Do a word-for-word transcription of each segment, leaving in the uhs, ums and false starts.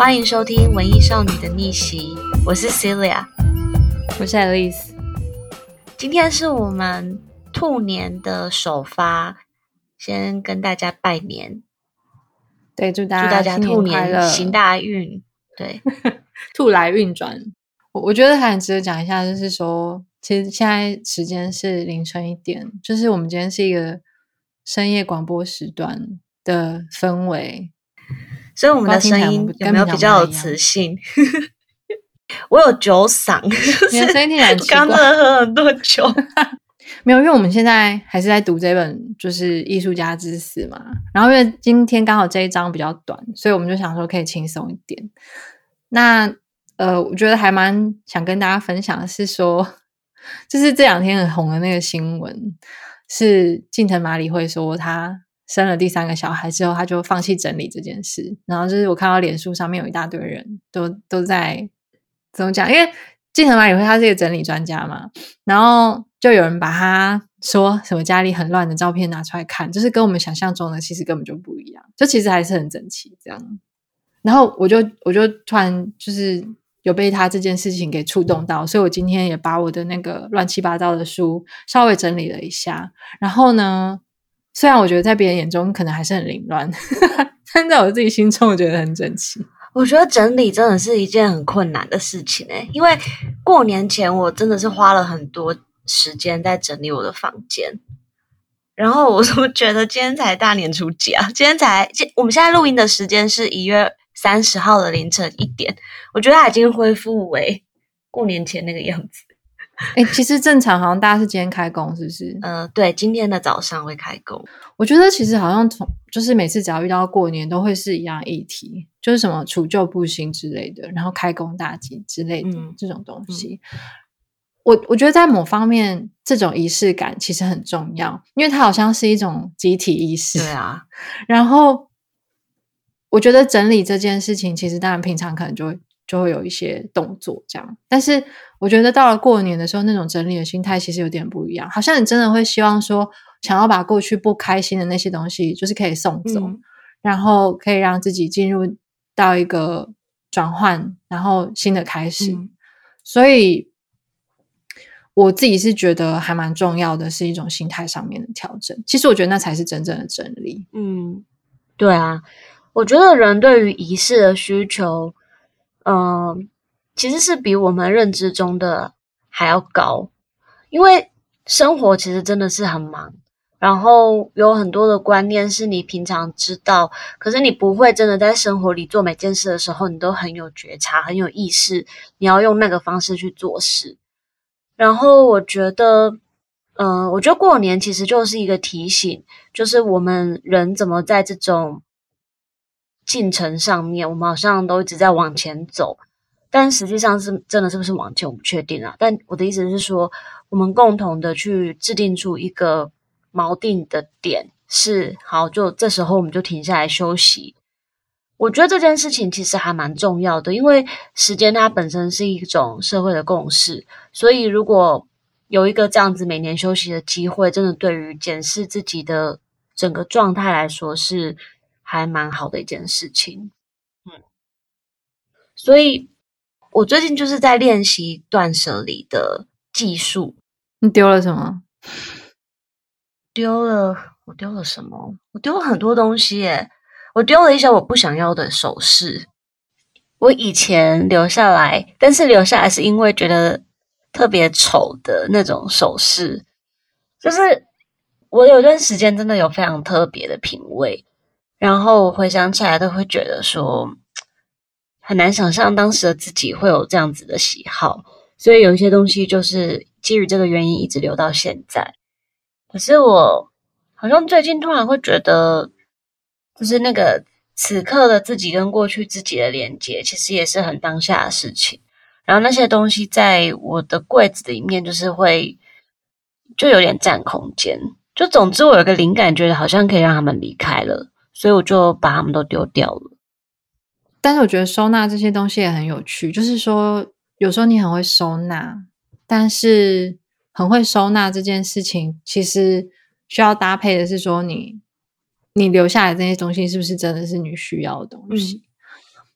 欢迎收听文艺少女的逆袭，我是 Celia， 我是 Alice。 今天是我们兔年的首发，先跟大家拜年。 对，祝大祝大家兔年行大运。对兔来运转。我我觉得还很值得讲一下，就是说其实现在时间是凌晨一点，就是我们今天是一个深夜广播时段的氛围， 所以我们的声音有没有比较有磁性？我有酒嗓， 你的声音听起来很奇怪， 刚真的喝很多酒。 没有，因为我们现在还是在读这本就是艺术家之死嘛，然后因为今天刚好这一章比较短，所以我们就想说可以轻松一点。那呃，我觉得还蛮想跟大家分享的是说，就是这两天很红的那个新闻，是近藤麻里惠说她生了第三个小孩之后，她就放弃整理这件事。然后就是我看到脸书上面有一大堆人都都在怎么讲，因为近藤麻里惠她是一个整理专家嘛，然后就有人把她说什么家里很乱的照片拿出来看，就是跟我们想象中的其实根本就不一样，就其实还是很整齐这样。然后我就我就突然就是有被他这件事情给触动到，所以我今天也把我的那个乱七八糟的书稍微整理了一下。然后呢，虽然我觉得在别人眼中可能还是很凌乱，但在我自己心中我觉得很整齐。 我觉得整理真的是一件很困难的事情欸，因为过年前我真的是花了很多时间在整理我的房间，然后我怎么觉得今天才大年初几啊？今天才我们现在录音的时间是一月三十号的凌晨一点，我觉得它已经恢复为过年前那个样子。 诶，其实正常好像大家是今天开工是不是？ 呃，对，今天的早上会开工。 我觉得其实好像从就是每次只要遇到过年都会是一样议题，就是什么除旧布新之类的，然后开工大吉之类的、嗯、这种东西、嗯、我我觉得在某方面这种仪式感其实很重要，因为它好像是一种集体意识。 对啊， 然后我觉得整理这件事情其实当然平常可能就会就会有一些动作这样，但是我觉得到了过年的时候那种整理的心态其实有点不一样，好像你真的会希望说想要把过去不开心的那些东西就是可以送走、嗯、然后可以让自己进入到一个转换然后新的开始、嗯、所以我自己是觉得还蛮重要的是一种心态上面的调整，其实我觉得那才是真正的整理。 嗯，对啊，我觉得人对于仪式的需求嗯、呃，其实是比我们认知中的还要高，因为生活其实真的是很忙，然后有很多的观念是你平常知道，可是你不会真的在生活里做每件事的时候你都很有觉察很有意识，你要用那个方式去做事。然后我觉得嗯、呃，我觉得过年其实就是一个提醒，就是我们人怎么在这种进程上面我们好像都一直在往前走，但实际上是真的是不是往前我不确定啊。但我的意思是说我们共同的去制定出一个锚定的点，是好就这时候我们就停下来休息。我觉得这件事情其实还蛮重要的，因为时间它本身是一种社会的共识，所以如果有一个这样子每年休息的机会，真的对于检视自己的整个状态来说是还蛮好的一件事情。嗯，所以我最近就是在练习断舍离的技术。 你丢了什么？ 丢了，我丢了什么？我丢了很多东西耶。我丢了一些我不想要的首饰，我以前留下来，但是留下来是因为觉得特别丑的那种首饰。就是我有段时间真的有非常特别的品味，然后回想起来都会觉得说很难想象当时的自己会有这样子的喜好，所以有一些东西就是基于这个原因一直留到现在。可是我好像最近突然会觉得就是那个此刻的自己跟过去自己的连接其实也是很当下的事情，然后那些东西在我的柜子里面就是会就有点占空间，就总之我有个灵感觉得好像可以让他们离开了，所以我就把他们都丢掉了。 但是我觉得收纳这些东西也很有趣，就是说有时候你很会收纳，但是很会收纳这件事情其实需要搭配的是说你你留下来这些东西是不是真的是你需要的东西、嗯、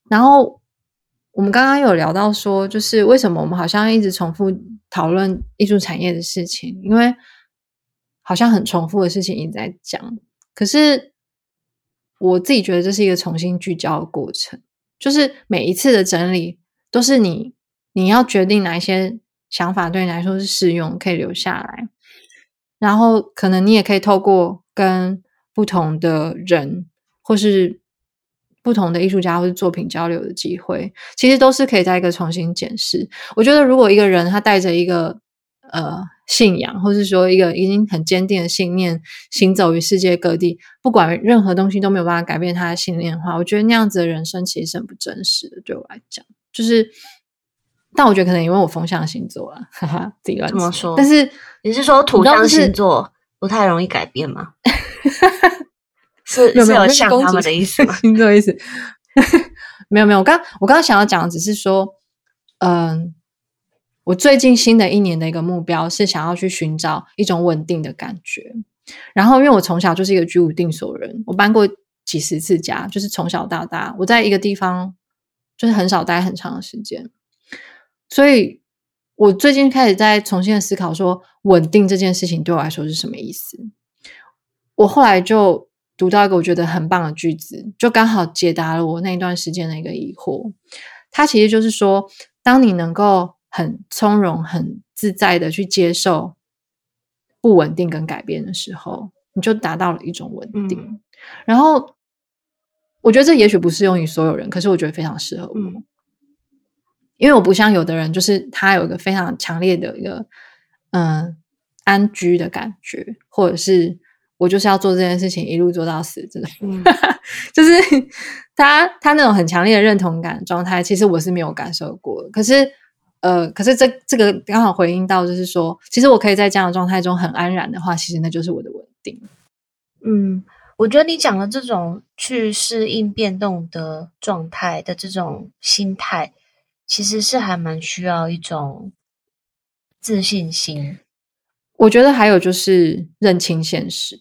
然后我们刚刚有聊到说，就是为什么我们好像一直重复讨论艺术产业的事情，因为好像很重复的事情一直在讲，可是我自己觉得这是一个重新聚焦的过程，就是每一次的整理都是你你要决定哪一些想法对你来说是适用，可以留下来，然后可能你也可以透过跟不同的人或是不同的艺术家或是作品交流的机会，其实都是可以在一个重新检视。我觉得如果一个人他带着一个呃信仰，或是说一个已经很坚定的信念行走于世界各地，不管任何东西都没有办法改变他的信念的话，我觉得那样子的人生其实是很不真实的，对我来讲。就是但我觉得可能因为我风象星座啦，哈哈，自己乱怎么说？ 但是你是说土象星座不太容易改变吗？是没有没有是有像他们的意思吗？ 星座意思没有没有，我刚我刚刚想要讲的只是说，嗯，我最近新的一年的一个目标是想要去寻找一种稳定的感觉。然后因为我从小就是一个居无定所人，我搬过几十次家，就是从小到大我在一个地方就是很少待很长的时间，所以我最近开始在重新的思考说稳定这件事情对我来说是什么意思。我后来就读到一个我觉得很棒的句子，就刚好解答了我那一段时间的一个疑惑。它其实就是说，当你能够很从容很自在的去接受不稳定跟改变的时候，你就达到了一种稳定。嗯、然后我觉得这也许不适用于所有人，可是我觉得非常适合我。嗯、因为我不像有的人，就是他有一个非常强烈的一个嗯安居的感觉，或者是我就是要做这件事情一路做到死这种、嗯、就是他他那种很强烈的认同感状态，其实我是没有感受过的。可是呃，可是这这个刚好回应到，就是说其实我可以在这样的状态中很安然的话，其实那就是我的稳定。 嗯，我觉得你讲的这种去适应变动的状态的这种心态，其实是还蛮需要一种自信心。 我觉得还有就是认清现实。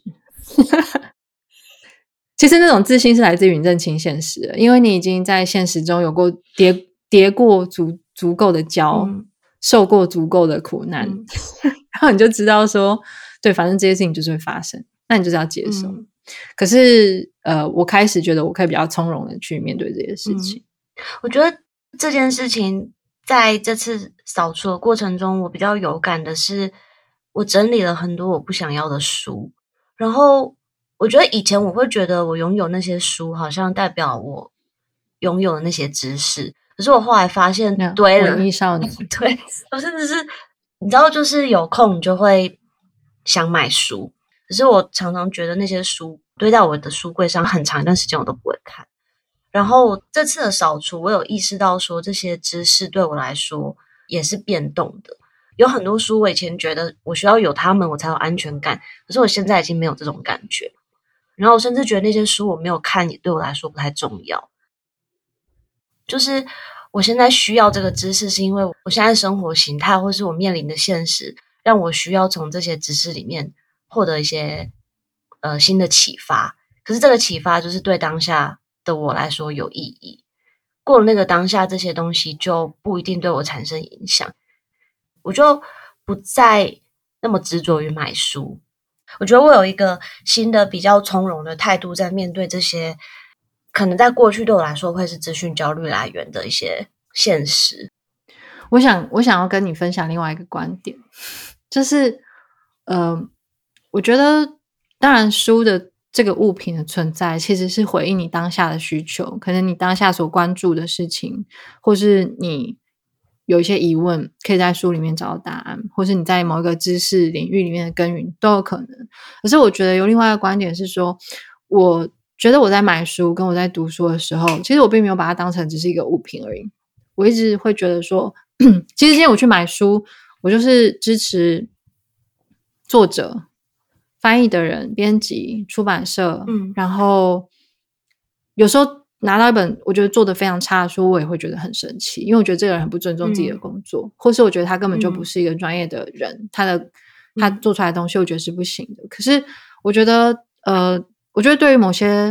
其实那种自信是来自于你认清现实的，因为你已经在现实中有过跌跌过足足够的跤、嗯、受过足够的苦难、嗯、然后你就知道说对，反正这些事情就是会发生，那你就是要接受、嗯、可是呃，我开始觉得我可以比较从容的去面对这些事情、 嗯、我觉得这件事情在这次扫除的过程中，我比较有感的是我整理了很多我不想要的书，然后我觉得以前我会觉得我拥有那些书好像代表我拥有的那些知识，可是我后来发现堆了文艺少女对，我甚至是你知道就是有空你就会想买书，可是我常常觉得那些书堆在我的书柜上很长一段时间我都不会看。然后这次的扫除我有意识到说这些知识对我来说也是变动的，有很多书我以前觉得我需要有它们我才有安全感，可是我现在已经没有这种感觉，然后我甚至觉得那些书我没有看也对我来说不太重要，就是我现在需要这个知识是因为我现在生活形态或是我面临的现实让我需要从这些知识里面获得一些呃新的启发，可是这个启发就是对当下的我来说有意义，过了那个当下这些东西就不一定对我产生影响，我就不再那么执着于买书。我觉得我有一个新的比较从容的态度在面对这些可能在过去对我来说会是资讯焦虑来源的一些现实。 我想我想要跟你分享另外一个观点，就是呃，我觉得当然书的这个物品的存在其实是回应你当下的需求，可能你当下所关注的事情，或是你有一些疑问可以在书里面找到答案，或是你在某一个知识领域里面的耕耘都有可能。可是我觉得有另外一个观点是说，我觉得我在买书跟我在读书的时候，其实我并没有把它当成只是一个物品而已，我一直会觉得说其实今天我去买书，我就是支持作者、翻译的人、编辑、出版社、嗯、然后有时候拿到一本我觉得做得非常差的书，我也会觉得很生气，因为我觉得这个人很不尊重自己的工作、嗯、或是我觉得他根本就不是一个专业的人、嗯、他的他做出来的东西我觉得是不行的、嗯、可是我觉得呃，我觉得对于某些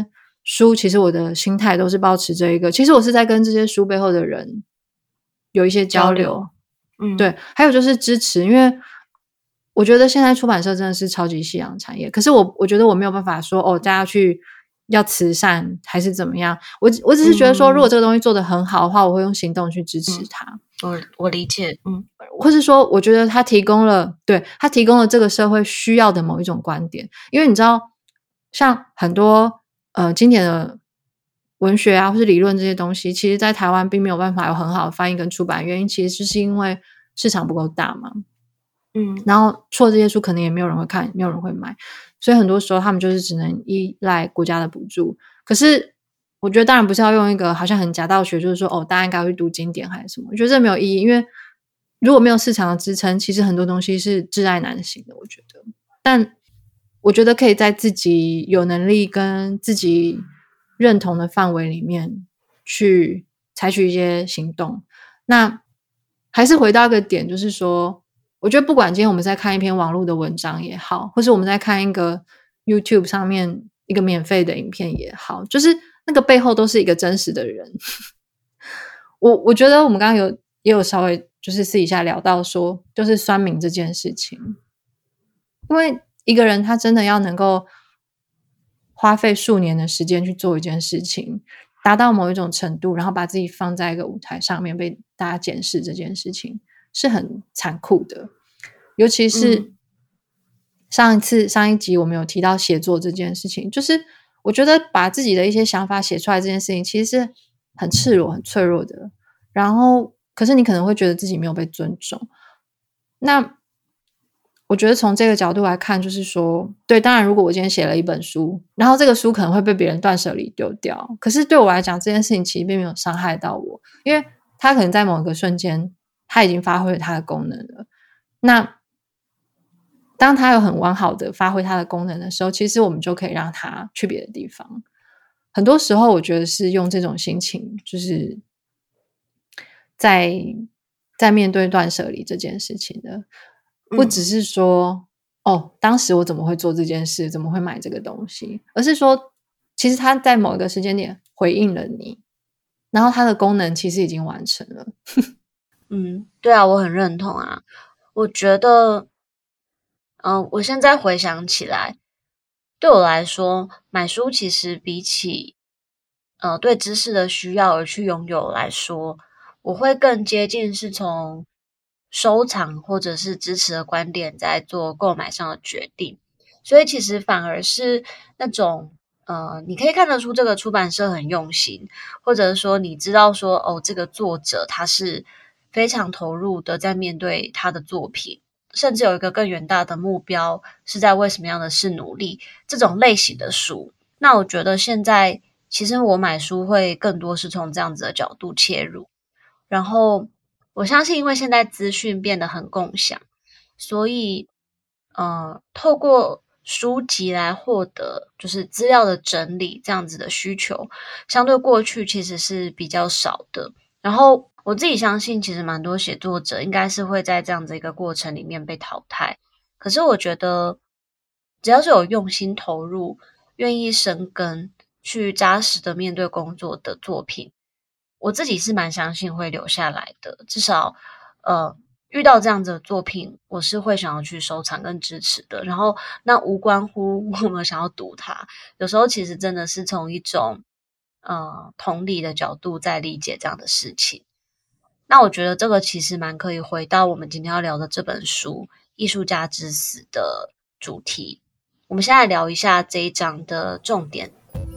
书，其实我的心态都是抱持着一个，其实我是在跟这些书背后的人有一些交流， 交流嗯， 对，还有就是支持，因为我觉得现在出版社真的是超级夕阳产业，可是我我觉得我没有办法说哦，大家去要慈善还是怎么样，我我只是觉得说， 嗯如果这个东西做得很好的话，我会用行动去支持它。 我我理解，嗯或是说我觉得他提供了对他提供了这个社会需要的某一种观点，因为你知道像很多呃经典的文学啊或是理论这些东西，其实在台湾并没有办法有很好的翻译跟出版，原因其实就是因为市场不够大嘛， 嗯然后出了这些书可能也没有人会看，没有人会买，所以很多时候他们就是只能依赖国家的补助。可是我觉得当然不是要用一个好像很假道学，就是说哦大家应该会去读经典还是什么，我觉得这没有意义，因为如果没有市场的支撑，其实很多东西是挚爱难行的，我觉得。但我觉得可以在自己有能力跟自己认同的范围里面去采取一些行动。那还是回到一个点，就是说我觉得不管今天我们在看一篇网络的文章也好，或是我们在看一个 YouTube 上面一个免费的影片也好，就是那个背后都是一个真实的人。我我觉得我们刚刚有也有稍微就是私底下聊到说，就是酸民这件事情，因为一个人他真的要能够花费数年的时间去做一件事情，达到某一种程度，然后把自己放在一个舞台上面被大家检视，这件事情是很残酷的。尤其是嗯上一次上一集我们有提到写作这件事情，就是我觉得把自己的一些想法写出来这件事情其实是很赤裸很脆弱的，然后可是你可能会觉得自己没有被尊重。那我觉得从这个角度来看，就是说对，当然如果我今天写了一本书，然后这个书可能会被别人断舍离丢掉，可是对我来讲这件事情其实并没有伤害到我，因为它可能在某一个瞬间它已经发挥了它的功能了。那当它有很完好的发挥它的功能的时候，其实我们就可以让它去别的地方。很多时候我觉得是用这种心情，就是在在面对断舍离这件事情的，不只是说哦，当时我怎么会做这件事，怎么会买这个东西，而是说其实它在某一个时间点回应了你，然后它的功能其实已经完成了。 嗯，对啊，我很认同啊。我觉得，嗯、我现在回想起来，对我来说，买书其实比起呃对知识的需要而去拥有来说，我会更接近是从收藏或者是支持的观点在做购买上的决定。所以其实反而是那种呃，你可以看得出这个出版社很用心，或者说你知道说哦，这个作者他是非常投入的在面对他的作品，甚至有一个更远大的目标是在为什么样的事努力，这种类型的书。那我觉得现在其实我买书会更多是从这样子的角度切入，然后我相信因为现在资讯变得很共享，所以呃，透过书籍来获得就是资料的整理这样子的需求，相对过去其实是比较少的。然后我自己相信，其实蛮多写作者应该是会在这样子一个过程里面被淘汰。可是我觉得，只要是有用心投入、愿意深耕、去扎实的面对工作的作品，我自己是蛮相信会留下来的。至少，呃，遇到这样子的作品，我是会想要去收藏跟支持的。然后，那无关乎我们想要读它，有时候其实真的是从一种呃同理的角度在理解这样的事情。那我觉得这个其实蛮可以回到我们今天要聊的这本书《艺术家之死》的主题。我们现在聊一下这一章的重点。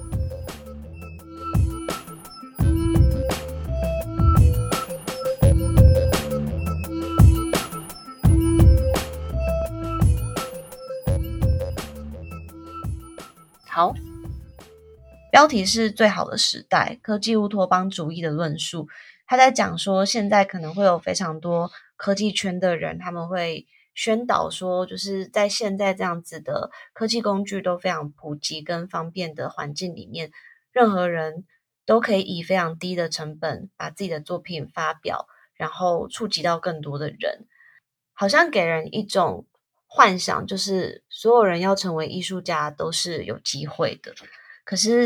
好，标题是最好的时代，科技乌托邦主义的论述。他在讲说，现在可能会有非常多科技圈的人，他们会宣导说，就是在现在这样子的科技工具都非常普及跟方便的环境里面，任何人都可以以非常低的成本把自己的作品发表，然后触及到更多的人，好像给人一种幻想，就是所有人要成为艺术家都是有机会的。可是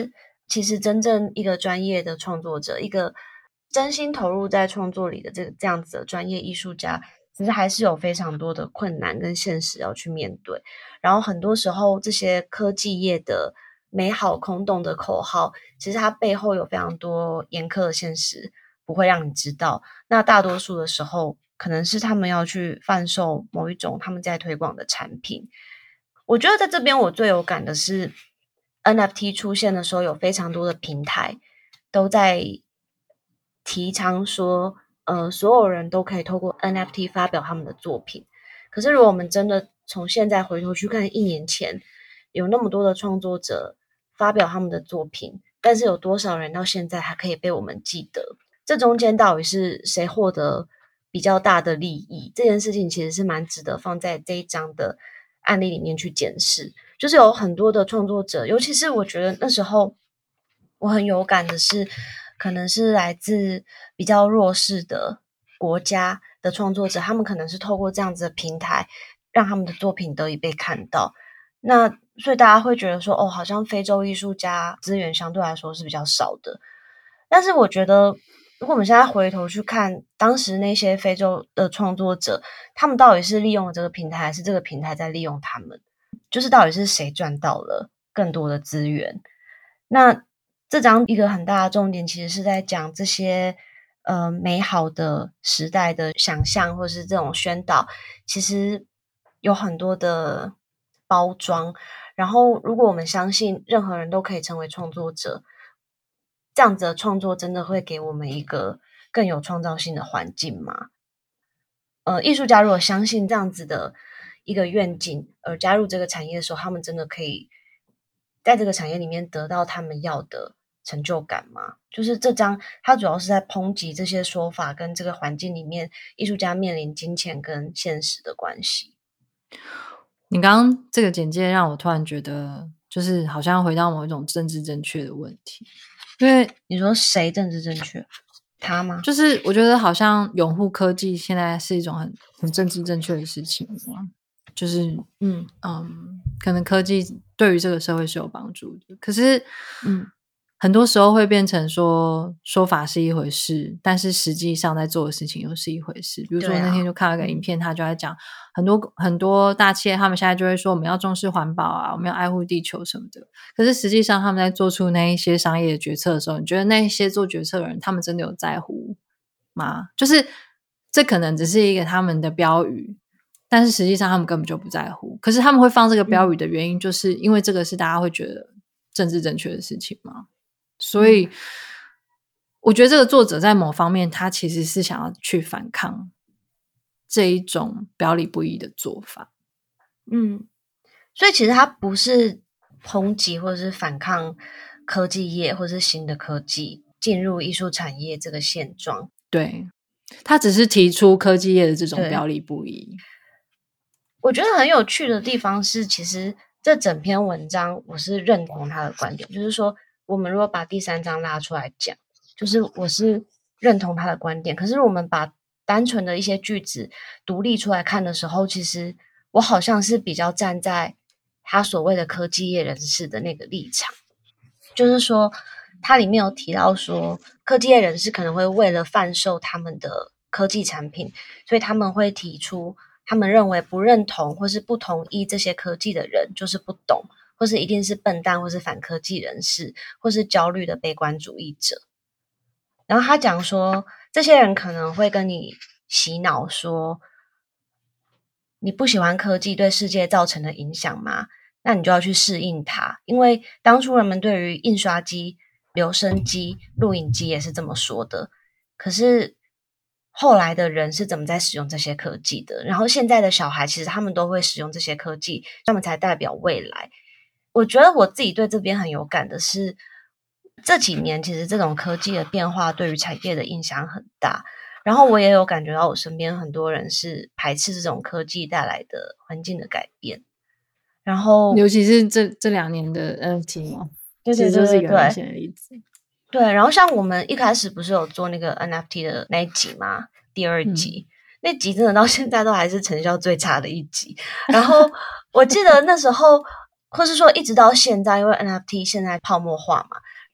其实真正一个专业的创作者，一个真心投入在创作里的这个这样子的专业艺术家，其实还是有非常多的困难跟现实要去面对。然后很多时候这些科技业的美好空洞的口号，其实它背后有非常多严苛的现实不会让你知道。那大多数的时候可能是他们要去贩售某一种他们在推广的产品。我觉得在这边我最有感的是 N F T 出现的时候，有非常多的平台都在提倡说呃，所有人都可以透过 N F T 发表他们的作品。可是如果我们真的从现在回头去看一年前，有那么多的创作者发表他们的作品，但是有多少人到现在还可以被我们记得？这中间到底是谁获得比较大的利益？这件事情其实是蛮值得放在这一章的案例里面去检视。就是有很多的创作者，尤其是我觉得那时候我很有感的是，可能是来自比较弱势的国家的创作者，他们可能是透过这样子的平台让他们的作品得以被看到。那所以大家会觉得说，哦，好像非洲艺术家资源相对来说是比较少的。但是我觉得如果我们现在回头去看当时那些非洲的创作者，他们到底是利用了这个平台，还是这个平台在利用他们？就是到底是谁赚到了更多的资源？那这章一个很大的重点其实是在讲这些呃美好的时代的想象，或是这种宣导，其实有很多的包装。然后如果我们相信任何人都可以成为创作者，这样子的创作真的会给我们一个更有创造性的环境吗？呃，艺术家如果相信这样子的一个愿景而加入这个产业的时候，他们真的可以在这个产业里面得到他们要的成就感吗？就是这章它主要是在抨击这些说法跟这个环境里面艺术家面临金钱跟现实的关系。 你刚刚这个简介让我突然觉得就是好像回到某一种政治正确的问题。因为你说谁政治正确？他吗？ 就是我觉得好像拥护科技现在是一种很很政治正确的事情嘛，就是嗯嗯，可能科技对于这个社会是有帮助的，可是嗯， 很多时候会变成说说法是一回事，但是实际上在做的事情又是一回事。比如说对啊那天就看了个影片，他就在讲很多很多大企业他们现在就会说我们要重视环保啊，我们要爱护地球什么的，可是实际上他们在做出那一些商业决策的时候，你觉得那些做决策的人他们真的有在乎吗？就是这可能只是一个他们的标语，但是实际上他们根本就不在乎。可是他们会放这个标语的原因，就是因为这个是大家会觉得政治正确的事情嘛。所以我觉得这个作者在某方面他其实是想要去反抗这一种表里不一的做法。 嗯，所以其实他不是抨击或者是反抗科技业或是新的科技进入艺术产业这个现状。 对，他只是提出科技业的这种表里不一。 我觉得很有趣的地方是，其实这整篇文章我是认同他的观点，就是说我们如果把第三章拉出来讲，就是我是认同他的观点，可是我们把单纯的一些句子独立出来看的时候，其实我好像是比较站在他所谓的科技业人士的那个立场，就是说他里面有提到说科技业人士可能会为了贩售他们的科技产品，所以他们会提出他们认为不认同或是不同意这些科技的人就是不懂，或是一定是笨蛋，或是反科技人士，或是焦虑的悲观主义者。然后他讲说这些人可能会跟你洗脑说你不喜欢科技对世界造成的影响吗？那你就要去适应它，因为当初人们对于印刷机、留声机、录影机也是这么说的，可是后来的人是怎么在使用这些科技的？然后现在的小孩其实他们都会使用这些科技，他们才代表未来。我觉得我自己对这边很有感的是，这几年其实这种科技的变化对于产业的影响很大，然后我也有感觉到我身边很多人是排斥这种科技带来的环境的改变，然后尤其是这这两年的 N F T 嘛， 对对对对对， 其实就是一个很明显的例子。 对，然后像我们一开始不是有做那个 N F T 的那一集吗？第二集、嗯、那集真的到现在都还是成效最差的一集。然后我记得那时候，或是说一直到现在，因为 N F T 现在泡沫化嘛，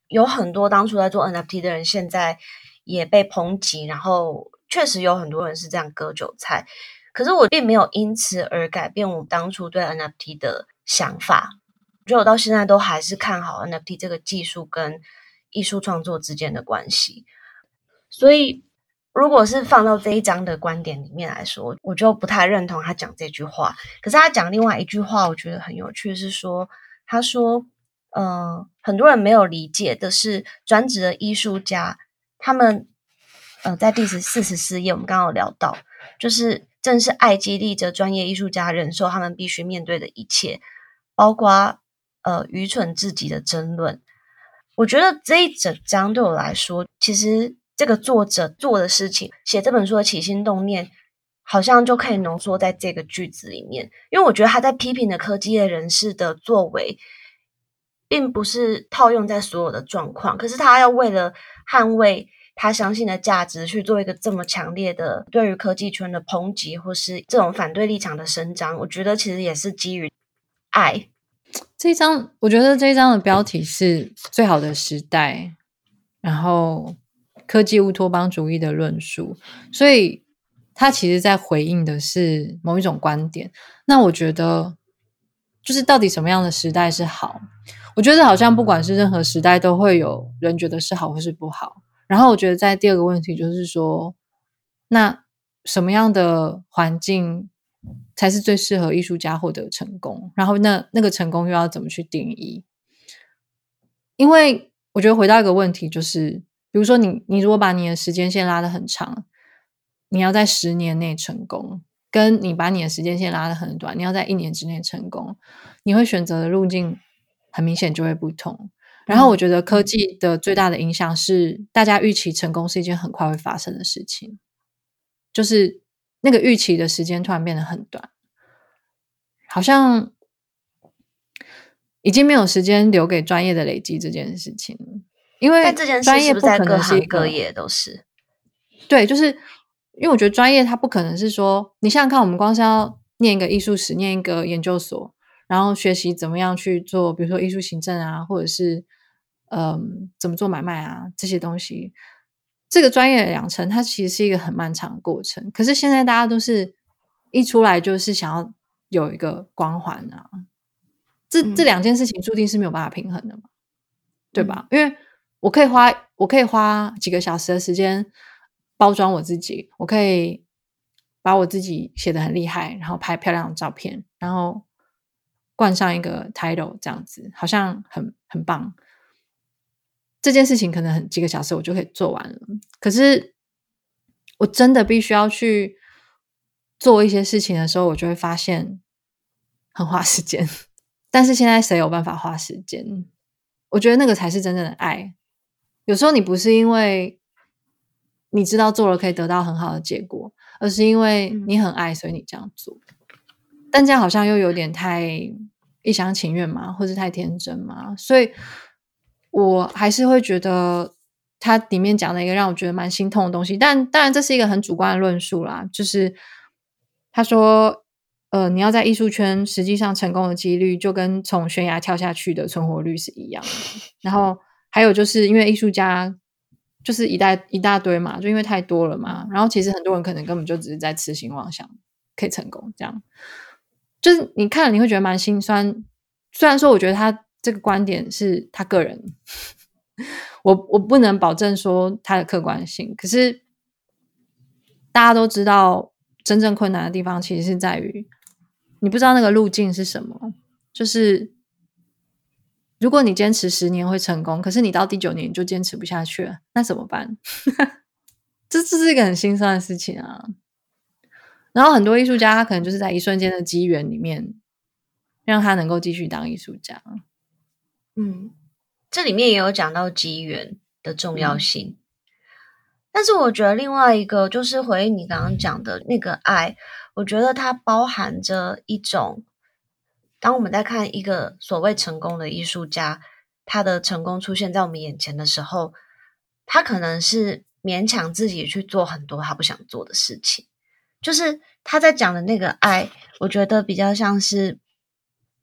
有很多当初在做 N F T 的人现在也被抨击，然后确实有很多人是这样割韭菜，可是我并没有因此而改变我当初对 N F T 的想法，我觉得我到现在都还是看好 N F T 这个技术跟艺术创作之间的关系。所以如果是放到这一章的观点里面来说，我就不太认同他讲这句话。可是他讲另外一句话我觉得很有趣，是说他说呃，很多人没有理解的是专职的艺术家他们呃，在第四十四页我们刚刚有聊到，就是正是爱激励着专业艺术家忍受他们必须面对的一切，包括呃愚蠢至极的争论。我觉得这一整章对我来说，其实这个作者做的事情，写这本书的起心动念，好像就可以浓缩在这个句子里面。因为我觉得他在批评的科技业人士的作为，并不是套用在所有的状况，可是他要为了捍卫他相信的价值去做一个这么强烈的对于科技圈的抨击，或是这种反对立场的伸张，我觉得其实也是基于爱。 这一章我觉得这一章的标题是最好的时代，然后科技乌托邦主义的论述，所以他其实在回应的是某一种观点。那我觉得就是到底什么样的时代是好，我觉得好像不管是任何时代都会有人觉得是好或是不好。然后我觉得在第二个问题就是说，那什么样的环境才是最适合艺术家获得成功，然后那那个成功又要怎么去定义。因为我觉得回到一个问题，就是比如说你你如果把你的时间线拉得很长，你要在十年内成功，跟你把你的时间线拉得很短，你要在一年之内成功，你会选择的路径很明显就会不同。然后我觉得科技的最大的影响是大家预期成功是一件很快会发生的事情，就是那个预期的时间突然变得很短，好像已经没有时间留给专业的累积这件事情，因为但这件事是不是在各行各业都是？ 对，就是因为我觉得专业它不可能是说，你想想看，我们光是要念一个艺术史，念一个研究所，然后学习怎么样去做，比如说艺术行政啊，或者是嗯怎么做买卖啊这些东西，这个专业的养成它其实是一个很漫长的过程。可是现在大家都是一出来就是想要有一个光环啊，这这两件事情注定是没有办法平衡的嘛，对吧？因为我可以花我可以花几个小时的时间包装我自己，我可以把我自己写得很厉害，然后拍漂亮的照片，然后冠上一个 title 这样子，好像很很棒。这件事情可能很几个小时我就可以做完了，可是我真的必须要去做一些事情的时候，我就会发现很花时间。但是现在谁有办法花时间？我觉得那个才是真正的爱。有时候你不是因为你知道做了可以得到很好的结果，而是因为你很爱，所以你这样做。但这样好像又有点太一厢情愿嘛，或是太天真嘛，所以我还是会觉得它里面讲的一个让我觉得蛮心痛的东西，但当然这是一个很主观的论述啦，就是他说呃，你要在艺术圈实际上成功的几率就跟从悬崖跳下去的存活率是一样的。然后还有就是因为艺术家就是一大一大堆嘛，就因为太多了嘛，然后其实很多人可能根本就只是在痴心妄想可以成功，这样就是你看了你会觉得蛮心酸。虽然说我觉得他这个观点是他个人我我不能保证说他的客观性，可是大家都知道真正困难的地方其实是在于你不知道那个路径是什么，就是如果你坚持十年会成功，可是你到第九年你就坚持不下去了，那怎么办？这这是一个很心酸的事情啊。然后很多艺术家他可能就是在一瞬间的机缘里面让他能够继续当艺术家。 嗯，这里面也有讲到机缘的重要性。嗯，但是我觉得另外一个就是回应你刚刚讲的那个爱，我觉得它包含着一种，当我们在看一个所谓成功的艺术家，他的成功出现在我们眼前的时候，他可能是勉强自己去做很多他不想做的事情。就是他在讲的那个爱，我觉得比较像是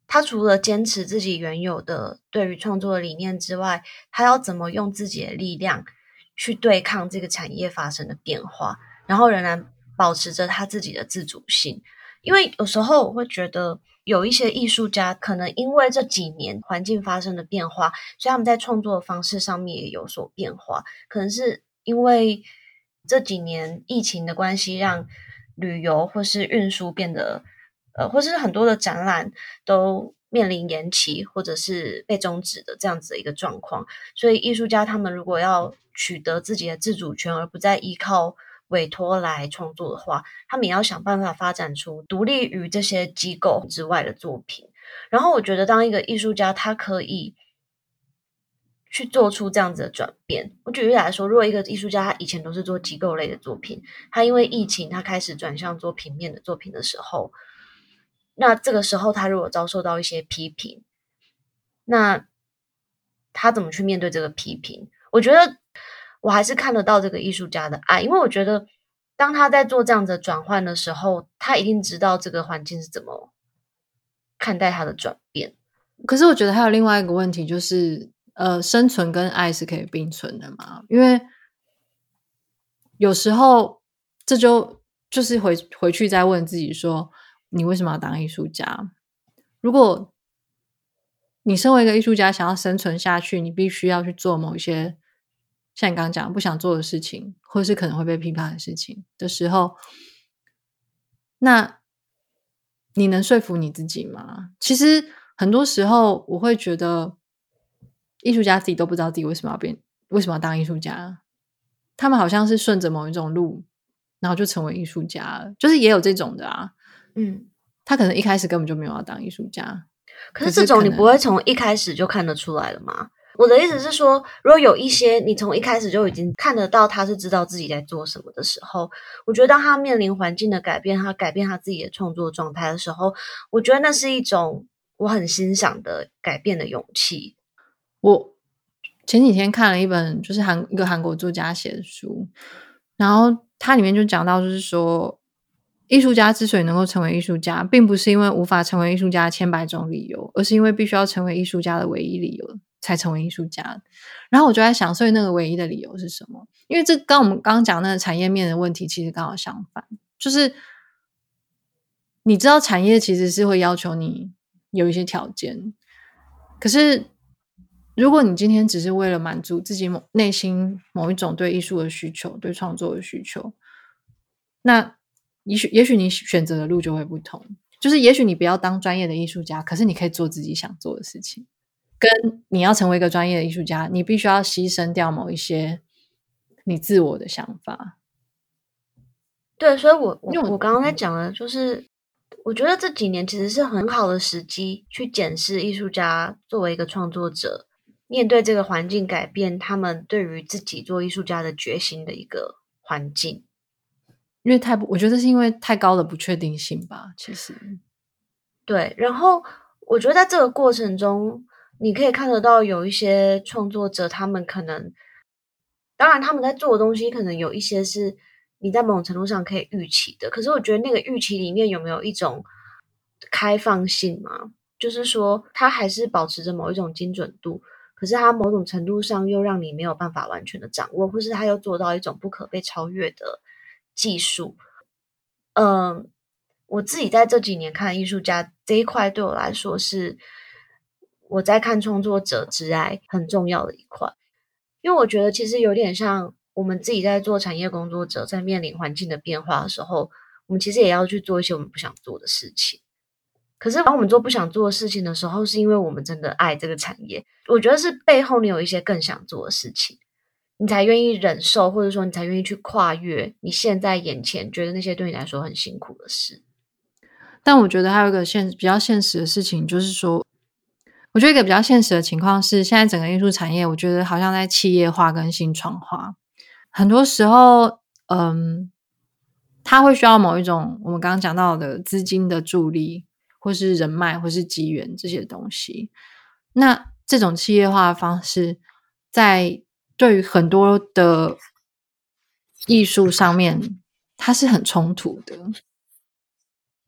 他除了坚持自己原有的对于创作的理念之外，他要怎么用自己的力量去对抗这个产业发生的变化，然后仍然保持着他自己的自主性。因为有时候我会觉得有一些艺术家可能因为这几年环境发生的变化，所以他们在创作的方式上面也有所变化，可能是因为这几年疫情的关系，让旅游或是运输变得呃，或是很多的展览都面临延期或者是被终止的这样子的一个状况。所以艺术家他们如果要取得自己的自主权，而不再依靠委托来创作的话，他们也要想办法发展出独立于这些机构之外的作品。然后我觉得当一个艺术家他可以去做出这样子的转变。我举例来说，如果一个艺术家他以前都是做机构类的作品，他因为疫情他开始转向做平面的作品的时候，那这个时候他如果遭受到一些批评，那他怎么去面对这个批评？我觉得我还是看得到这个艺术家的爱，因为我觉得当他在做这样子的转换的时候，他一定知道这个环境是怎么看待他的转变。 可是我觉得还有另外一个问题，就是呃，生存跟爱是可以并存的嘛？因为有时候这就就是回回去再问自己说，你为什么要当艺术家？如果你身为一个艺术家，想要生存下去，你必须要去做某一些像你刚刚讲不想做的事情，或是可能会被批判的事情的时候，那你能说服你自己吗？其实很多时候我会觉得，艺术家自己都不知道自己为什么要变，为什么要当艺术家。他们好像是顺着某一种路，然后就成为艺术家了，就是也有这种的啊。 嗯， 他可能一开始根本就没有要当艺术家， 可是这种你不会从一开始就看得出来了吗？我的意思是说，如果有一些你从一开始就已经看得到他是知道自己在做什么的时候，我觉得当他面临环境的改变，他改变他自己的创作状态的时候，我觉得那是一种我很欣赏的改变的勇气。 我前几天看了一本就是韩一个韩国作家写的书，然后它里面就讲到，就是说艺术家之所以能够成为艺术家，并不是因为无法成为艺术家的千百种理由，而是因为必须要成为艺术家的唯一理由才成为艺术家。然后我就在想，所以那个唯一的理由是什么？因为这跟我们刚刚讲那个产业面的问题其实刚好相反，就是你知道产业其实是会要求你有一些条件，可是如果你今天只是为了满足自己某内心某一种对艺术的需求，对创作的需求，那也许也许你选择的路就会不同。就是也许你不要当专业的艺术家，可是你可以做自己想做的事情。跟你要成为一个专业的艺术家，你必须要牺牲掉某一些你自我的想法。 对，所以我我因为我刚刚在讲的就是，我觉得这几年其实是很好的时机去检视艺术家作为一个创作者，面对这个环境改变，他们对于自己做艺术家的决心的一个环境。 因为太不，我觉得是因为太高的不确定性吧，其实。 对，然后我觉得在这个过程中，你可以看得到有一些创作者，他们可能，当然他们在做的东西可能有一些是你在某种程度上可以预期的，可是我觉得那个预期里面有没有一种开放性嘛？就是说，它还是保持着某一种精准度，可是它某种程度上又让你没有办法完全的掌握，或是它又做到一种不可被超越的技术。嗯，我自己在这几年看艺术家这一块，对我来说是我在看创作者之爱很重要的一块，因为我觉得其实有点像我们自己在做产业工作者，在面临环境的变化的时候，我们其实也要去做一些我们不想做的事情。可是当我们做不想做的事情的时候，是因为我们真的爱这个产业。我觉得是背后你有一些更想做的事情，你才愿意忍受，或者说你才愿意去跨越你现在眼前觉得那些对你来说很辛苦的事。 但我觉得还有一个现比较现实的事情，就是说，我觉得一个比较现实的情况是，现在整个艺术产业，我觉得好像在企业化跟新创化，很多时候，嗯，它会需要某一种我们刚刚讲到的资金的助力，或是人脉，或是机缘这些东西。那这种企业化的方式，在对于很多的艺术上面，它是很冲突的。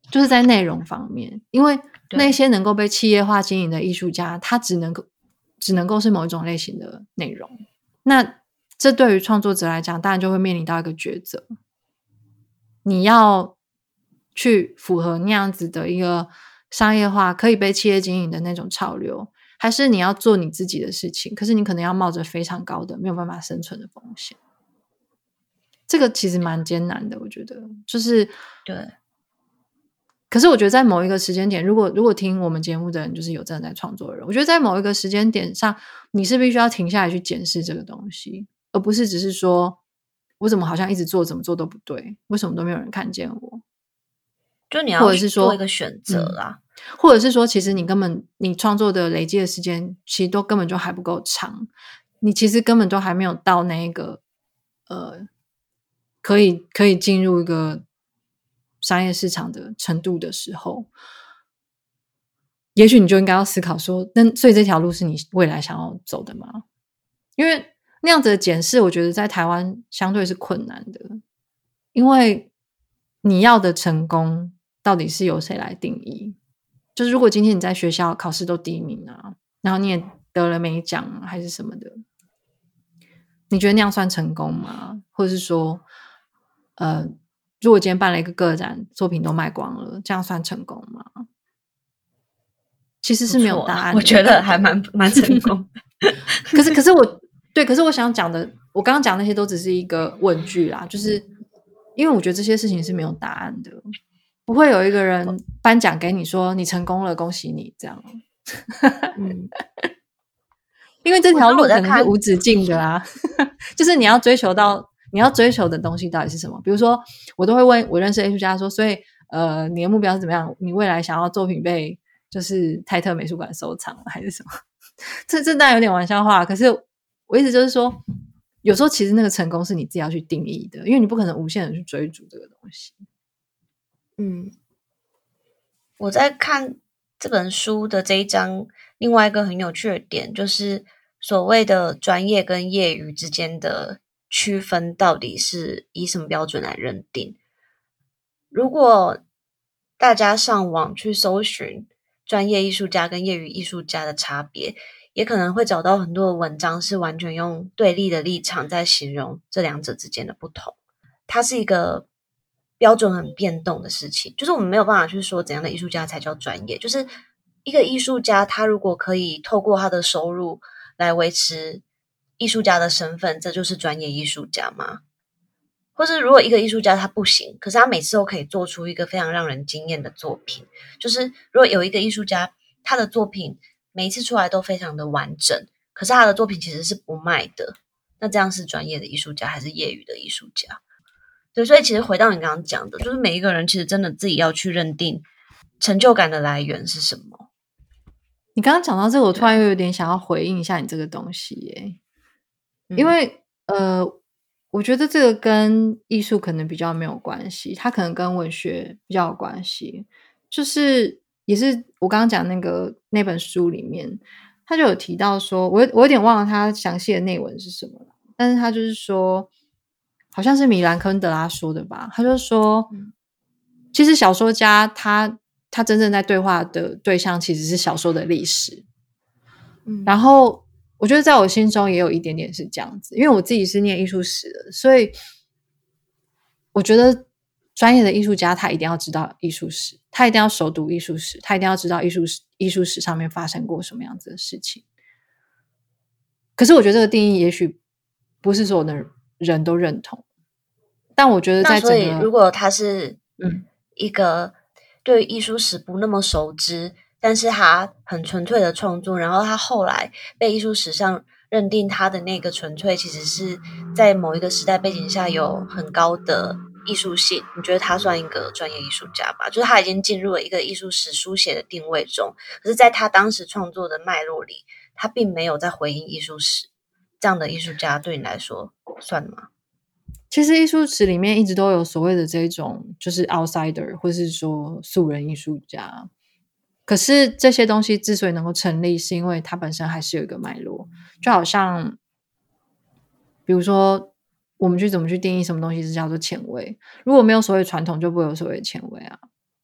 就是在内容方面，因为那些能够被企业化经营的艺术家，他只能够只能够是某一种类型的内容。那这对于创作者来讲，当然就会面临到一个抉择，你要去符合那样子的一个商业化可以被企业经营的那种潮流，还是你要做你自己的事情，可是你可能要冒着非常高的没有办法生存的风险。这个其实蛮艰难的，我觉得就是对。 可是我觉得在某一个时间点，如果如果听我们节目的人就是有正在创作的人，我觉得在某一个时间点上，你是必须要停下来去检视这个东西，而不是只是说我怎么好像一直做怎么做都不对，为什么都没有人看见我， 就你要或者是说做一个选择啦、 嗯、或者是说其实你根本你创作的累积的时间其实都根本就还不够长，你其实根本都还没有到那一个呃可以可以进入一个商业市场的程度的时候，也许你就应该要思考说，那所以这条路是你未来想要走的吗？因为那样子的检视我觉得在台湾相对是困难的，因为你要的成功到底是由谁来定义？就是如果今天你在学校考试都第一名啊，然后你也得了美奖、啊、还是什么的，你觉得那样算成功吗？或者是说呃，如果今天办了一个个展，作品都卖光了，这样算成功吗？其实是没有答案的， 我觉得还蛮蛮成功的。 可是可是我对，可是我想讲的，我刚刚讲那些都只是一个问句啦，就是因为我觉得这些事情是没有答案的，不会有一个人颁奖给你说你成功了，恭喜你这样。 嗯， 因为这条路可能是无止境的啊，就是你要追求到你要追求的东西到底是什么？比如说，我都会问我认识的艺术家说，所以呃，你的目标是怎么样？你未来想要作品被就是泰特美术馆收藏还是什么？这这当然有点玩笑话，可是我意思就是说，有时候其实那个成功是你自己要去定义的，因为你不可能无限的去追逐这个东西。 嗯，我在看这本书的这一章，另外一个很有趣的点就是所谓的专业跟业余之间的区分到底是以什么标准来认定。如果大家上网去搜寻专业艺术家跟业余艺术家的差别，也可能会找到很多的文章是完全用对立的立场在形容这两者之间的不同。它是一个标准很变动的事情，就是我们没有办法去说怎样的艺术家才叫专业。就是一个艺术家，他如果可以透过他的收入来维持艺术家的身份，这就是专业艺术家吗？或是如果一个艺术家他不行，可是他每次都可以做出一个非常让人惊艳的作品，就是如果有一个艺术家他的作品每一次出来都非常的完整，可是他的作品其实是不卖的，那这样是专业的艺术家还是业余的艺术家？对，所以其实回到你刚刚讲的，就是每一个人其实真的自己要去认定成就感的来源是什么。 你刚刚讲到这个，我突然又有点想要回应一下你这个东西耶，因为、嗯、呃，我觉得这个跟艺术可能比较没有关系，它可能跟文学比较有关系，就是也是我刚刚讲那个那本书里面，他就有提到说，我我有点忘了他详细的内文是什么，但是他就是说，好像是米兰昆德拉说的吧，他就说，其实小说家他他真正在对话的对象其实是小说的历史，嗯，然后我觉得在我心中也有一点点是这样子，因为我自己是念艺术史的，所以我觉得专业的艺术家他一定要知道艺术史，他一定要熟读艺术史，他一定要知道艺术史艺术史上面发生过什么样子的事情。可是我觉得这个定义也许不是所有的人都认同，但我觉得在整个， 那所以如果他是一个对艺术史不那么熟知，但是他很纯粹的创作，然后他后来被艺术史上认定他的那个纯粹其实是在某一个时代背景下有很高的艺术性，你觉得他算一个专业艺术家吧？就是他已经进入了一个艺术史书写的定位中，可是在他当时创作的脉络里，他并没有在回应艺术史，这样的艺术家对你来说算吗？ 其实艺术史里面一直都有所谓的这种就是 outsider 或是说素人艺术家，可是这些东西之所以能够成立，是因为它本身还是有一个脉络，就好像比如说我们去怎么去定义什么东西是叫做前卫，如果没有所谓传统就不会有所谓前卫啊，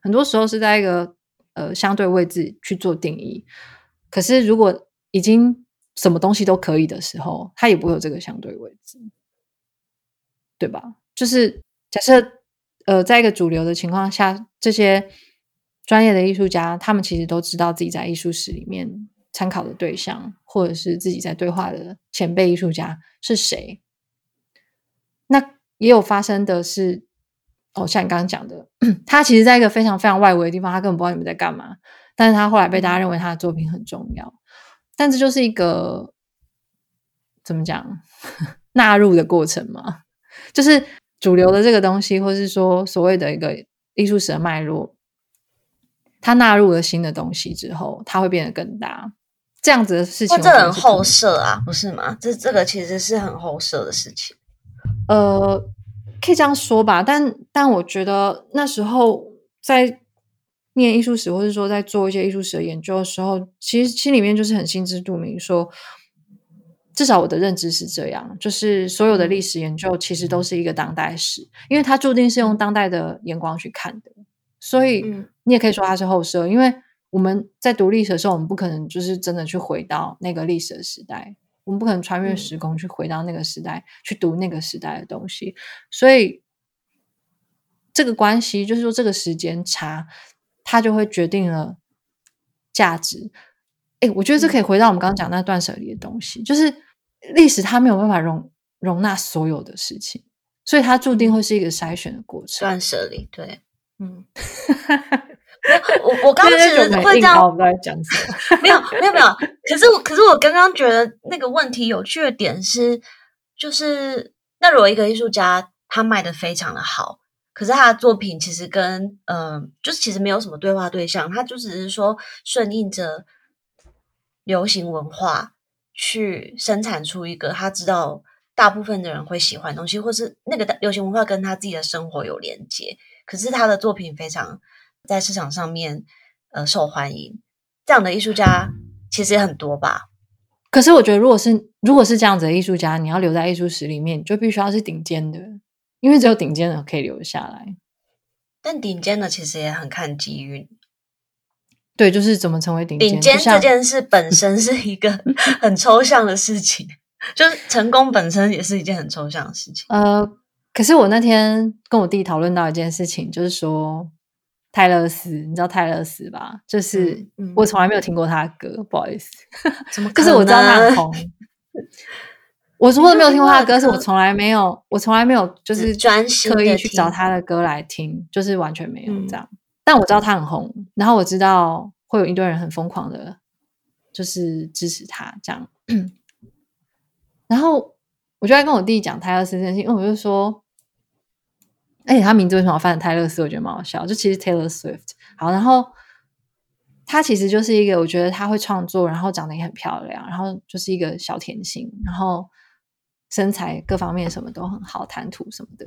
很多时候是在一个呃相对位置去做定义。可是如果已经什么东西都可以的时候，它也不会有这个相对位置，对吧？就是假设呃在一个主流的情况下，这些专业的艺术家他们其实都知道自己在艺术史里面参考的对象，或者是自己在对话的前辈艺术家是谁。那也有发生的是哦，像你刚刚讲的，他其实在一个非常非常外围的地方，他根本不知道你们在干嘛，但是他后来被大家认为他的作品很重要。但这就是一个怎么讲纳入的过程嘛，就是主流的这个东西，或是说所谓的一个艺术史的脉络，它纳入了新的东西之后，它会变得更大。这样子的事情， 这很后设啊，不是吗？这这个其实是很后设的事情。 呃，可以这样说吧，但但我觉得那时候在念艺术史，或者说在做一些艺术史的研究的时候，其实心里面就是很心知肚明说，至少我的认知是这样，就是所有的历史研究其实都是一个当代史，因为它注定是用当代的眼光去看的，所以你也可以说它是后设，因为我们在读历史的时候，我们不可能就是真的去回到那个历史的时代，我们不可能穿越时空去回到那个时代，去读那个时代的东西，所以这个关系就是说这个时间差，它就会决定了价值。诶，我觉得这可以回到我们刚刚讲那断舍离的东西，就是历史它没有办法容容纳所有的事情，所以它注定会是一个筛选的过程。 断舍离，对，嗯。我我刚刚其实会这样， 我不知道在讲什么。 没有没有没有，可是我可是我刚刚觉得那个问题有趣的点是，就是那如果一个艺术家他卖的非常的好，可是他的作品其实跟嗯、呃，就是其实没有什么对话对象，他就只是说顺应着流行文化去生产出一个他知道大部分的人会喜欢的东西，或是那个流行文化跟他自己的生活有连接，可是他的作品非常在市场上面呃受欢迎，这样的艺术家其实也很多吧。 可是我觉得如果是如果是这样子的艺术家，你要留在艺术史里面，你就必须要是顶尖的，因为只有顶尖的可以留下来。 但顶尖的其实也很看机遇。 对，就是怎么成为顶尖。 顶尖这件事本身是一个很抽象的事情，就是成功本身也是一件很抽象的事情。 呃，可是我那天跟我弟讨论到一件事情，就是说泰勒斯，你知道泰勒斯吧？就是、嗯嗯、我从来没有听过他的歌，不好意思， 怎么可是我知道他很红。我如果没有听过他的歌，是我从来没有，我从来没有就是刻意去找他的歌来听，就是完全没有这样。嗯、但我知道他很红，然后我知道会有一堆人很疯狂的，就是支持他这样。然后我就在跟我弟讲泰勒斯这件事情，因为我就说，而且他名字为什么要翻成泰勒斯？我觉得蛮好笑，就其实 Taylor Swift。好，然后他其实就是一个，我觉得他会创作，然后长得也很漂亮，然后就是一个小甜心，然后身材各方面什么都很好，谈吐什么的。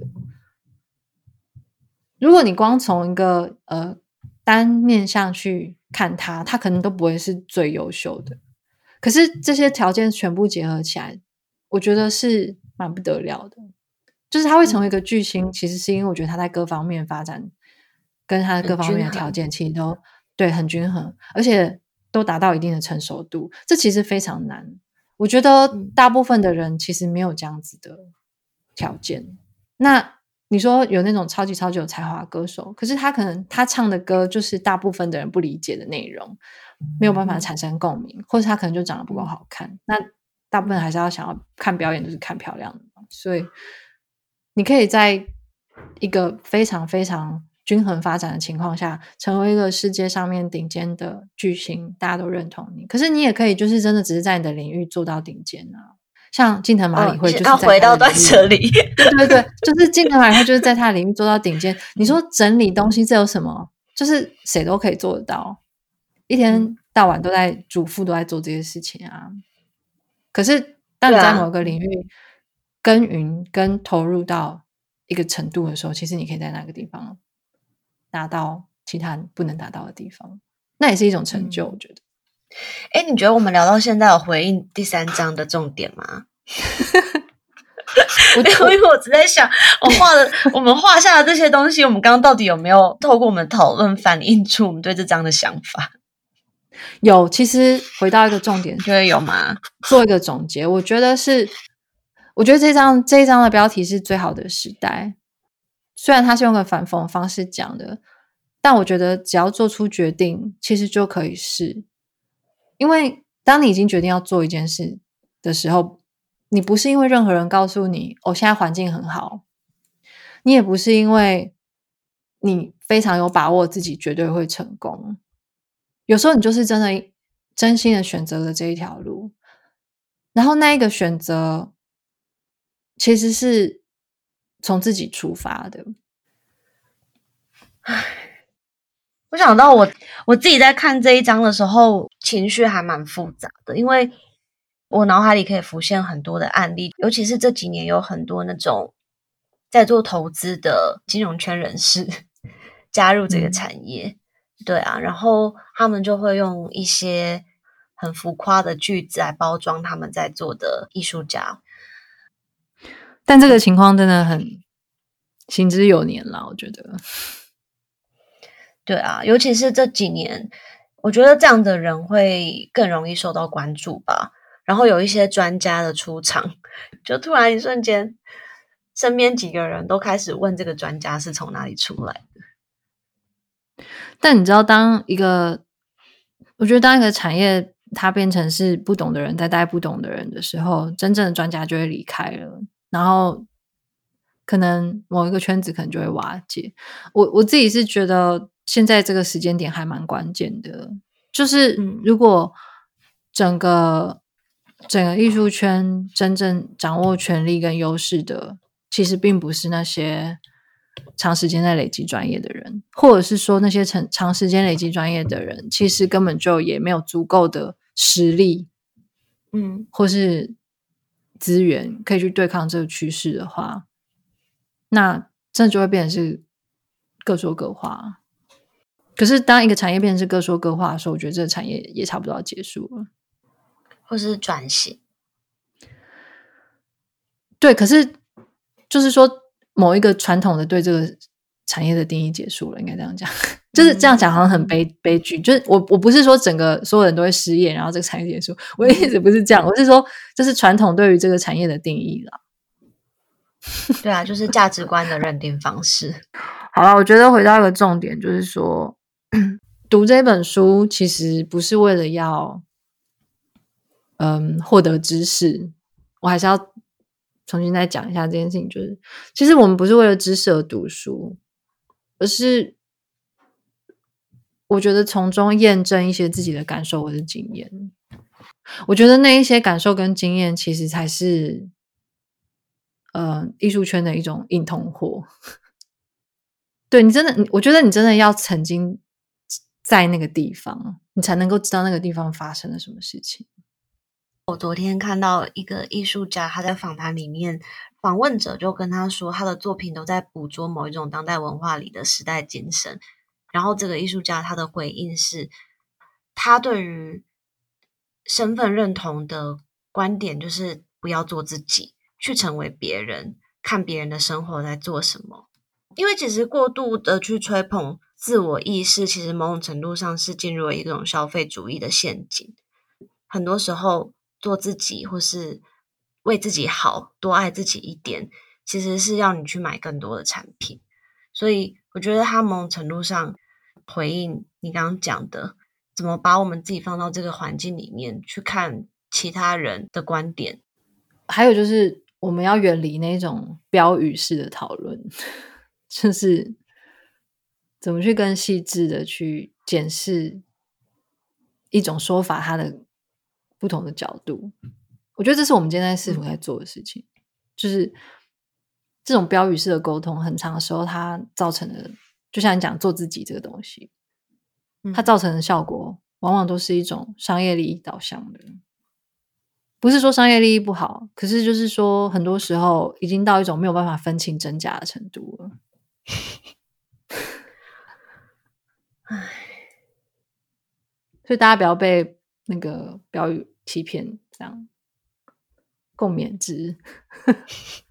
如果你光从一个呃单面向去看他，他可能都不会是最优秀的。可是这些条件全部结合起来，我觉得是蛮不得了的。就是他会成为一个巨星，嗯、其实是因为我觉得他在各方面发展，跟他的各方面的条件其实都对很均衡，而且都达到一定的成熟度。这其实非常难。我觉得大部分的人其实没有这样子的条件。嗯、那你说有那种超级超级有才华的歌手，可是他可能他唱的歌就是大部分的人不理解的内容，没有办法产生共鸣，嗯、或者他可能就长得不够好看。嗯、那大部分还是要想要看表演，就是看漂亮的嘛。所以你可以在一个非常非常均衡发展的情况下，成为一个世界上面顶尖的巨星，大家都认同你。可是你也可以就是真的只是在你的领域做到顶尖啊。像近藤麻里惠就是在要回到断舍离， 对对对，就是近藤麻里惠就是在他的领域做到顶尖。你说整理东西这有什么？就是谁都可以做得到，一天到晚都在主妇都在做这些事情啊。可是当你在某个领域耕耘跟投入到一个程度的时候，其实你可以在那个地方达到其他人不能达到的地方，那也是一种成就，嗯、我觉得。 哎，你觉得我们聊到现在有回应第三章的重点吗？ 没有，因为我只在想，我画的我们画下的这些东西，我们刚刚到底有没有透过我们讨论反映出我们对这张的想法？ 有，其实回到一个重点， 觉得有吗？ 做一个总结，我觉得是，我觉得这张这一张的标题是最好的时代。虽然它是用个反讽方式讲的，但我觉得只要做出决定，其实就可以是。因为当你已经决定要做一件事的时候，你不是因为任何人告诉你哦，现在环境很好，你也不是因为你非常有把握自己绝对会成功，有时候你就是真的真心的选择了这一条路，然后那一个选择其实是从自己出发的。 我想到我我自己在看这一章的时候，情绪还蛮复杂的，因为我脑海里可以浮现很多的案例，尤其是这几年有很多那种在做投资的金融圈人士加入这个产业，嗯、对啊，然后他们就会用一些很浮夸的句子来包装他们在做的艺术家， 但这个情况真的很行之有年了，我觉得。 对啊，尤其是这几年，我觉得这样的人会更容易受到关注吧。然后有一些专家的出场，就突然一瞬间，身边几个人都开始问这个专家是从哪里出来的。 但你知道，当一个，我觉得当一个产业它变成是不懂的人在带不懂的人的时候，真正的专家就会离开了，然后可能某一个圈子可能就会瓦解。我我自己是觉得现在这个时间点还蛮关键的，就是如果整个、嗯、整个艺术圈真正掌握权力跟优势的，其实并不是那些长时间在累积专业的人，或者是说那些长长时间累积专业的人，其实根本就也没有足够的实力，嗯，或是资源可以去对抗这个趋势的话，那真的就会变成是各说各话。可是当一个产业变成是各说各话的时候，我觉得这个产业也差不多要结束了， 或是转型。 对，可是就是说某一个传统的对这个产业的定义结束了，应该这样讲。就是这样讲好像很悲悲剧，就是我我不是说整个所有人都会失业，然后这个产业结束，我的意思不是这样，我是说这是传统对于这个产业的定义啦。 对啊，就是价值观的认定方式。 好了，我觉得回到一个重点，就是说读这本书其实不是为了要嗯获得知识，我还是要重新再讲一下这件事情，就是其实我们不是为了知识而读书，而是我觉得从中验证一些自己的感受或是经验。我觉得那一些感受跟经验其实才是呃艺术圈的一种硬通货。对，你真的，我觉得你真的要曾经在那个地方，你才能够知道那个地方发生了什么事情。 我昨天看到一个艺术家，他在访谈里面，访问者就跟他说，他的作品都在捕捉某一种当代文化里的时代精神。然后这个艺术家他的回应是，他对于身份认同的观点就是不要做自己，去成为别人，看别人的生活在做什么。因为其实过度的去吹捧自我意识，其实某种程度上是进入了一种消费主义的陷阱。很多时候做自己或是为自己好，多爱自己一点，其实是要你去买更多的产品。所以我觉得他某种程度上回应你刚刚讲的，怎么把我们自己放到这个环境里面去看其他人的观点。 还有就是我们要远离那种标语式的讨论，就是怎么去更细致的去检视一种说法它的不同的角度。我觉得这是我们今天在试图在做的事情，嗯、就是这种标语式的沟通很长的时候它造成的，就像你讲做自己这个东西，它造成的效果往往都是一种商业利益导向的。不是说商业利益不好，可是就是说很多时候已经到一种没有办法分清真假的程度了。唉，所以大家不要被那个标语欺骗，这样共勉之。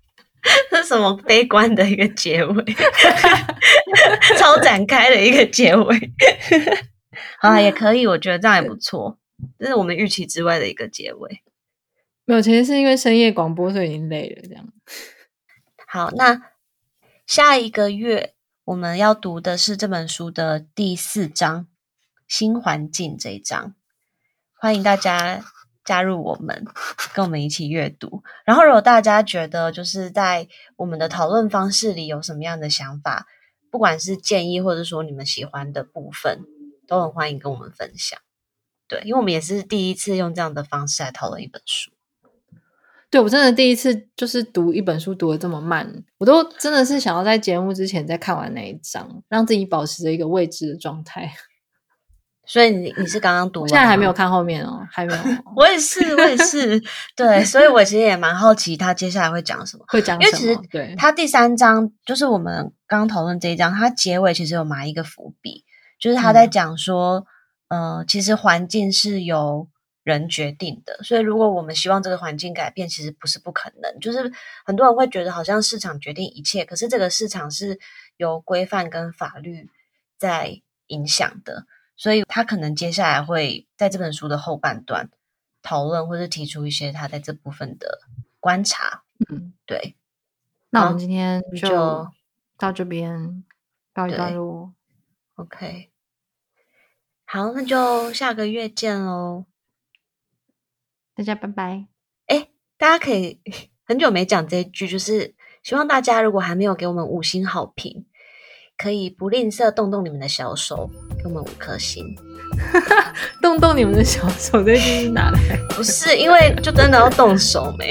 这是什么悲观的一个结尾，超展开的一个结尾。好啦，也可以，我觉得这样也不错，这是我们预期之外的一个结尾。 没有，其实是因为深夜广播所以已经累了这样。 好，那下一个月我们要读的是这本书的第四章新环境这一章，欢迎大家加入我们，跟我们一起阅读。然后如果大家觉得就是在我们的讨论方式里有什么样的想法，不管是建议或者说你们喜欢的部分，都很欢迎跟我们分享。对，因为我们也是第一次用这样的方式来讨论一本书。 对，我真的第一次就是读一本书读得这么慢，我都真的是想要在节目之前再看完那一章，让自己保持着一个未知的状态。 所以你你是刚刚读完吗？ 现在还没有看后面哦，还没有。 我也是，我也是，对，所以我其实也蛮好奇他接下来会讲什么， 会讲什么？ 因为其实对， 他第三章就是我们刚刚讨论这一章，他结尾其实有埋一个伏笔，就是他在讲说，嗯、呃，其实环境是由人决定的，所以如果我们希望这个环境改变，其实不是不可能。就是很多人会觉得好像市场决定一切，可是这个市场是由规范跟法律在影响的。所以他可能接下来会在这本书的后半段讨论或是提出一些他在这部分的观察。嗯，对。 那我们今天就就到这边告一段落。 OK， 好，那就下个月见咯。 大家拜拜。 诶，大家可以很久没讲这一句，就是希望大家如果还没有给我们五星好评，可以不吝啬动动你们的小手，给我们五颗星。 动动你们的小手，这句是哪来？ 不是，因为就真的要动手没？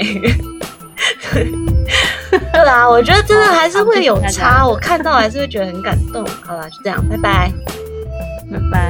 对啊，我觉得真的还是会有差，我看到还是会觉得很感动。好啦，就这样，拜拜， 拜拜。